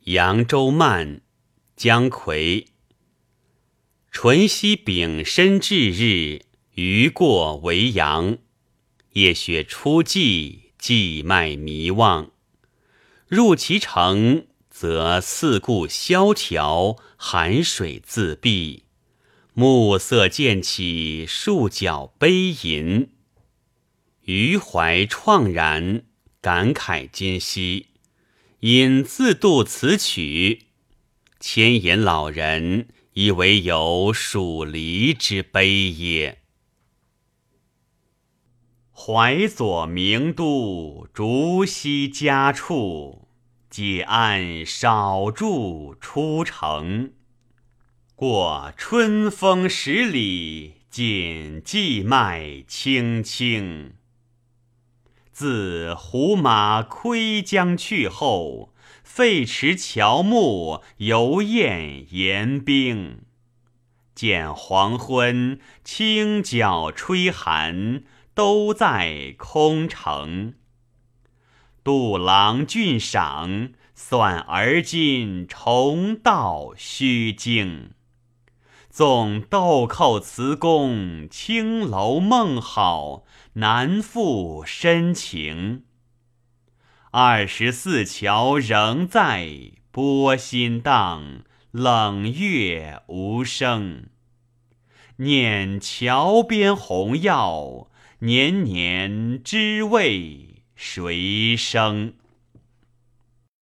扬州慢，姜夔。淳熙丙申至日，余过为阳。夜雪初霁，季脉弥望。入其城，则四顾萧条，寒水自闭。暮色渐起，数角悲吟。余怀怆然，感慨今夕。引自度此曲，千言老人，以为有属离之悲也。淮左名都，竹溪佳处，解鞍少驻出城。过春风10里，尽荠麦青青。自胡马窥江去后，废池乔木，犹厌言兵。见黄昏，清角吹寒，都在空城。杜郎俊赏，算而今重蹈虚惊。纵豆蔻词工，青楼梦好，难复深情。24桥仍在，波心荡，冷月无声。念桥边红药，年年知为谁生。